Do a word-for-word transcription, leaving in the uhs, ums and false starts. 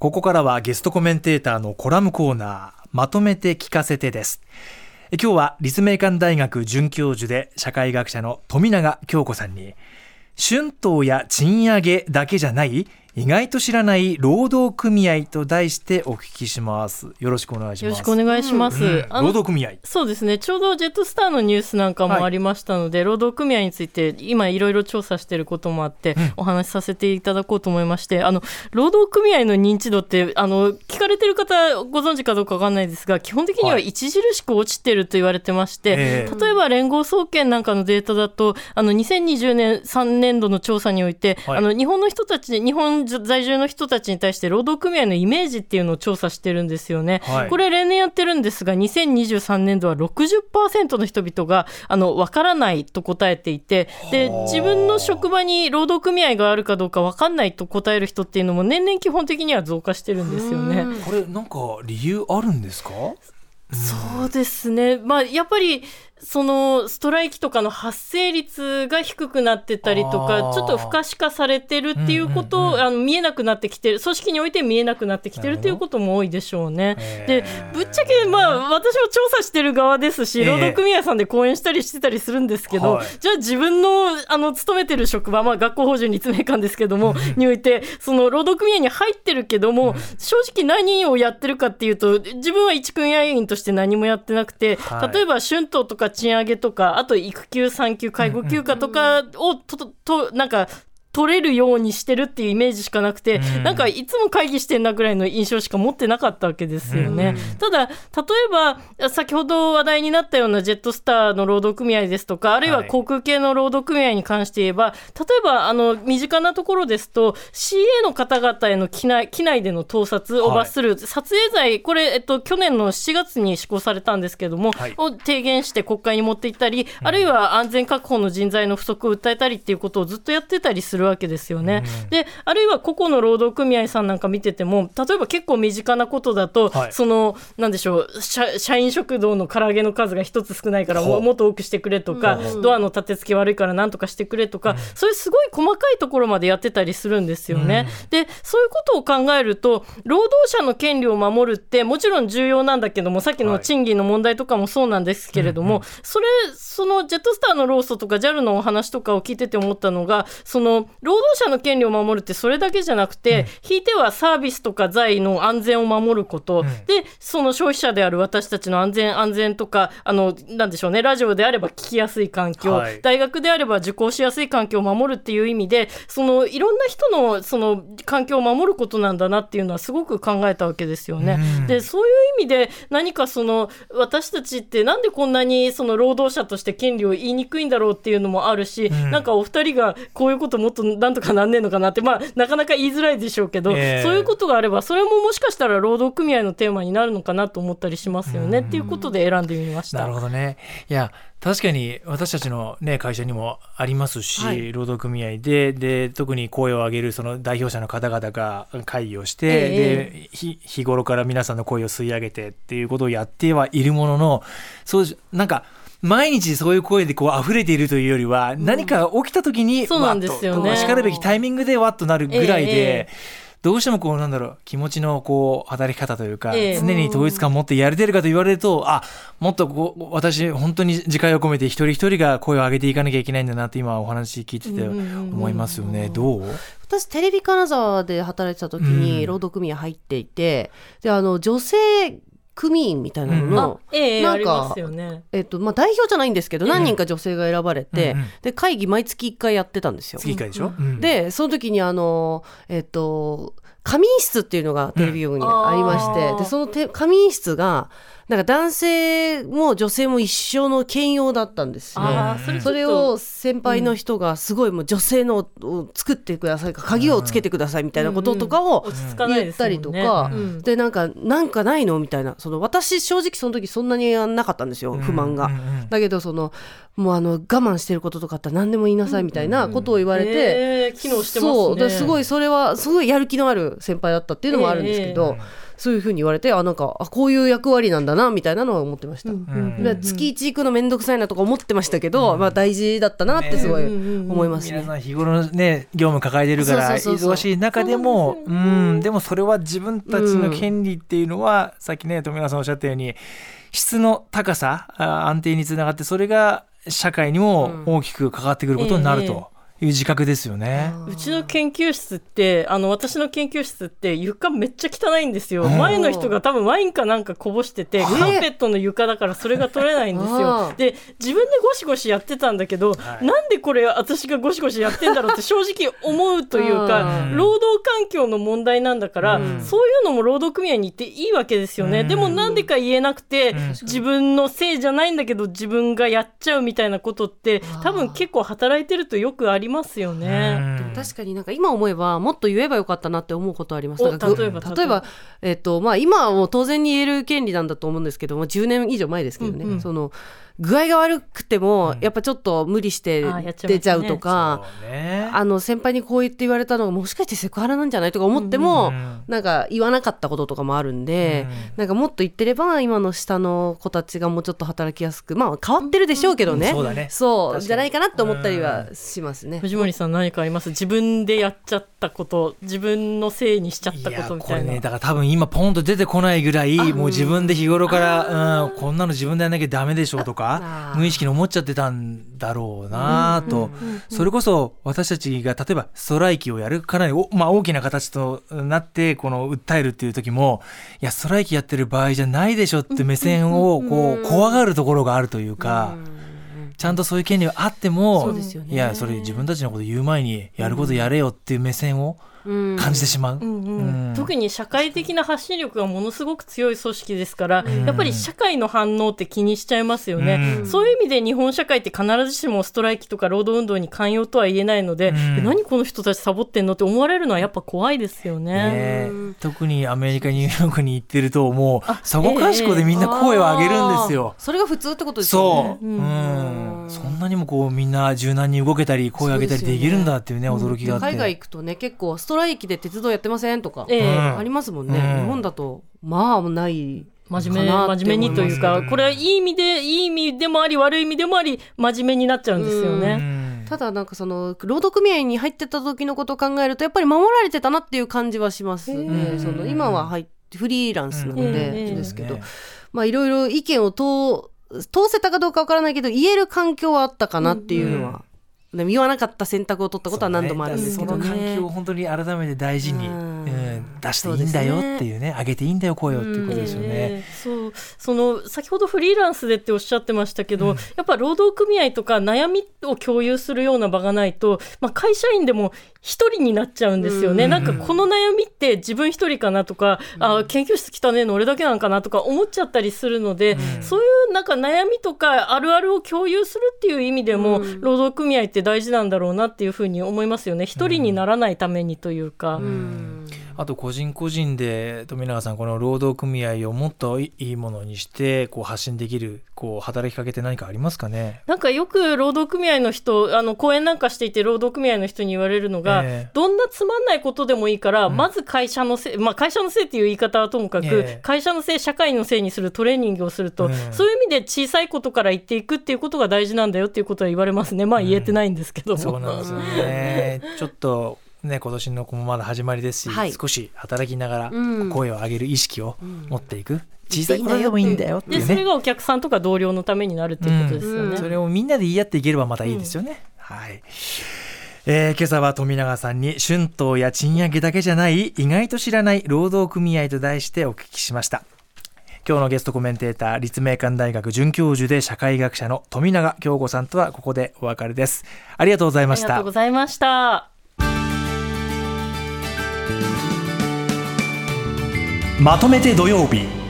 ここからはゲストコメンテーターのコラムコーナー、まとめて聞かせてです。今日は立命館大学准教授で社会学者の富永京子さんに、春闘や賃上げだけじゃない意外と知らない労働組合と題してお聞きします。よろしくお願いします。 よろしくお願いします、うんうん、 労働組合、 そうですね、ちょうどジェットスターのニュースなんかもありましたので、はい、労働組合について今いろいろ調査していることもあって、うん、お話しさせていただこうと思いまして、あの労働組合の認知度ってあの聞かれてる方ご存知かどうかわかんないですが、基本的には著しく落ちてると言われてまして、はい、えー、例えば連合総研なんかのデータだと、あのにせんにじゅうねんさんねんどの調査において、はい、あの日本の人たち、日本在住の人たちに対して労働組合のイメージっていうのを調査してるんですよね、はい、これ例年やってるんですが、にせんにじゅうさんねんどは ろくじゅっパーセント の人々があの分からないと答えていて、で自分の職場に労働組合があるかどうか分かんないと答える人っていうのも年々基本的には増加してるんですよね。 これなんか理由あるんですか？ そうですね、まあ、やっぱりそのストライキとかの発生率が低くなってたりとか、ちょっと不可視化されてるっていうこと、うんうんうん、あの見えなくなってきてる、組織において見えなくなってきてるっていうことも多いでしょうね。でぶっちゃけ、まあ、私も調査してる側ですし、労働組合さんで講演したりしてたりするんですけど、はい、じゃあ自分 の, あの勤めてる職場、まあ、学校法人立命館ですけどもにおいて、その労働組合に入ってるけども、うん、正直何をやってるかっていうと、自分は一組合員として何もやってなくて、はい、例えば春闘とか賃上げとか、あと育休産休介護休暇とかをとととなんか取れるようにしてるっていうイメージしかなくて、うん、なんかいつも会議してんなぐらいの印象しか持ってなかったわけですよね、うん、ただ例えば先ほど話題になったようなジェットスターの労働組合ですとか、あるいは航空系の労働組合に関して言えば、はい、例えばあの身近なところですと シーエー の方々への機内、機内での盗撮を罰する撮影罪、これ、えっと、去年のしちがつに施行されたんですけども、はい、を提言して国会に持っていったり、うん、あるいは安全確保の人材の不足を訴えたりっていうことをずっとやってたりするわけですよね、うん、であるいは個々の労働組合さんなんか見てても、例えば結構身近なことだと、はい、そのなんでしょう、社、社員食堂の唐揚げの数が一つ少ないからも, もっと多くしてくれとか、うん、ドアの立て付け悪いからなんとかしてくれとか、うん、そういうすごい細かいところまでやってたりするんですよね、うん、でそういうことを考えると、労働者の権利を守るってもちろん重要なんだけども、さっきの賃金の問題とかもそうなんですけれども、はい、それそのジェットスターの労組とか ジャル のお話とかを聞いてて思ったのが、その労働者の権利を守るってそれだけじゃなくて、うん、ひいてはサービスとか財の安全を守ること、うん、でその消費者である私たちの安全安全とか、あのなんでしょうね、ラジオであれば聞きやすい環境、はい、大学であれば受講しやすい環境を守るっていう意味で、そのいろんな人のその環境を守ることなんだなっていうのはすごく考えたわけですよね、うん、でそういう意味で何かその私たちってなんでこんなにその労働者として権利を言いにくいんだろうっていうのもあるし、うん、なんかお二人がこういうこともっとなんとかなんねえのかなって、まあ、なかなか言いづらいでしょうけど、えー、そういうことがあればそれももしかしたら労働組合のテーマになるのかなと思ったりしますよねっていうことで選んでみました。 なるほどね。いや確かに私たちの、ね、会社にもありますし、はい、労働組合 で, で特に声を上げるその代表者の方々が会議をして、えー、で日頃から皆さんの声を吸い上げてっていうことをやってはいるものの、そうなんか毎日そういう声でこう溢れているというよりは、うん、何か起きた時にそうなんですよね、 しかるべきタイミングでわっとなるぐらいで、えーどうしてもこうなんだろう気持ちのこう働き方というか、えー、常に統一感を持ってやれてるかと言われると、あもっとこう私本当に自戒を込めて一人一人が声を上げていかなきゃいけないんだなって今お話聞いてて思いますよね。どう？ 私テレビ金沢で働いてた時に労働組合入っていて、であの女性組員みたいなのの、 うん、ええなんか、ありますよね。 えっとまあ、代表じゃないんですけど、何人か女性が選ばれて、うん、で会議毎月いっかいやってたんですよ。 月いっかいでしょ、うん、 でその時にあのえっと仮眠室っていうのがテレビ局にありまして、うん、でそのて仮眠室がなんか男性も女性も一緒の兼用だったんですよ。 あそれそれを先輩の人がすごいもう女性のを作ってくださいか、鍵をつけてくださいみたいなこととかを言ったりとか、でなんかなんかないのみたいな、その私正直その時そんなになかったんですよ、不満が。だけどそのもうあの我慢してることとかあったら何でも言いなさいみたいなことを言われて、 うんうんえー、機能してますね。 そうだすごいそれはすごいやる気のあるる先輩だったっていうのもあるんですけど、えー、そういうふうに言われて、あなんかあこういう役割なんだなみたいなのは思ってました、うんうんうん、月いち行くのめんどくさいなとか思ってましたけど、うんまあ、大事だったなってすごい思いますね、 皆さん日頃ね業務抱えてるから忙しい中でもで、ね、うんでもそれは自分たちの権利っていうのは、うん、さっきね富永さんおっしゃったように質の高さ安定につながって、それが社会にも大きく関わってくることになると、うんえーいう自覚ですよね。 うちの研究室ってあの私の研究室って床めっちゃ汚いんですよ。前の人が多分ワインかなんかこぼしてて、カーペットの床だからそれが取れないんですよ。で自分でゴシゴシやってたんだけど、はい、なんでこれ私がゴシゴシやってんだろうって正直思うというか労働環境の問題なんだから、うん、そういうのも労働組合に行っていいわけですよね、うん、でもなんでか言えなくて、うん、自分のせいじゃないんだけど自分がやっちゃうみたいなことって多分結構働いてるとよくありますよね。 でも確かになんか今思えばもっと言えばよかったなって思うことあります。例えば例えば、例えば、えーとまあ、今はもう当然に言える権利なんだと思うんですけども、じゅうねん以上前ですけどね、うんうん、その具合が悪くてもやっぱちょっと無理して出ちゃうとか、うんね、あの先輩にこう言って言われたのがもしかしてセクハラなんじゃないとか思っても、うん、なんか言わなかったこととかもあるんで、うん、なんかもっと言ってれば今の下の子たちがもうちょっと働きやすく、まあ変わってるでしょうけどね、うん、そうだね、そうじゃないかなって思ったりはしますね。 藤森さん何かあります？自分でやっちゃったこと、自分のせいにしちゃったことみたいな。いやこれね、 だから多分今ポンと出てこないぐらいもう自分で日頃から、うん、こんなの自分でやんなきゃダメでしょうとか無意識に思っちゃってたんだろうなと、うんうんうんうん、それこそ私たちが例えばストライキをやるかなりお、まあ、大きな形となってこの訴えるっていう時も、いやストライキやってる場合じゃないでしょって目線をこう怖がるところがあるというか、うんちゃんとそういう権利はあっても、そうですよね、いやそれ自分たちのこと言う前にやることやれよっていう目線を感じてしまう、うんうんうん、特に社会的な発信力がものすごく強い組織ですから、うん、やっぱり社会の反応って気にしちゃいますよね、うん、そういう意味で日本社会って必ずしもストライキとか労働運動に寛容とは言えないので、うん、何この人たちサボってんのって思われるのはやっぱ怖いですよ ね, ね特にアメリカニューヨークに行ってるともうそこかしこでみんな声を上げるんですよ、 えー、それが普通ってことですよね。 そう、うんうん、そんなにもこうみんな柔軟に動けたり声を上げたりできるんだっていうね、驚きがあって、 海外行くとね結構ストライキで鉄道やってませんとか、えー、ありますもんね、うん、日本だとまあない真面目真面目にというか、これはいい意味でいい意味でもあり悪い意味でもあり真面目になっちゃうんですよね、うん、 ただなんかその労働組合に入ってた時のことを考えるとやっぱり守られてたなっていう感じはしますね、えー、その今は入ってフリーランスなので、えー、ですけど、まあいろいろ意見を通通せたかどうかわからないけど言える環境はあったかなっていうのは、うんうん、言わなかった選択を取ったことは何度もあるんですけどね。 その環境を本当に改めて大事に、うんうん、出していいんだよっていうね、上げていいんだよ声をっていうことですよね、えー、そうその先ほどフリーランスでっておっしゃってましたけど、うん、やっぱ労働組合とか悩みを共有するような場がないと、まあ、会社員でも一人になっちゃうんですよね、うん、なんかこの悩みって自分一人かなとか、うん、あ研究室汚ねえの俺だけなんかなとか思っちゃったりするので、うん、そういうなんか悩みとかあるあるを共有するっていう意味でも、うん、労働組合って大事なんだろうなっていうふうに思いますよね。一人にならないためにというか、うんうんあと個人個人で富永さんこの労働組合をもっといいものにしてこう発信できるこう働きかけって何かありますかね。 なんかよく労働組合の人あの講演なんかしていて労働組合の人に言われるのが、えー、どんなつまんないことでもいいから、うん、まず会社のせい、まあ、会社のせいっていう言い方はともかく、えー、会社のせい社会のせいにするトレーニングをすると、うん、そういう意味で小さいことから言っていくっていうことが大事なんだよっていうことは言われますね。まあ言えてないんですけども、うん、 そうなんですよねちょっとね、今年の子もまだ始まりですし、はい、少し働きながら声を上げる意識を持っていく、うん、小さいことでもいいんだよっていうね、 でそれがお客さんとか同僚のためになるっていうことですよね、うん、 それをみんなで言い合っていければまたいいですよね、うんはいえー、今朝は富永さんに春闘や賃上げだけじゃない意外と知らない労働組合と題してお聞きしました。今日のゲストコメンテーター立命館大学准教授で社会学者の富永京子さんとはここでお別れです。ありがとうございました。 ありがとうございました。 まとめて土曜日。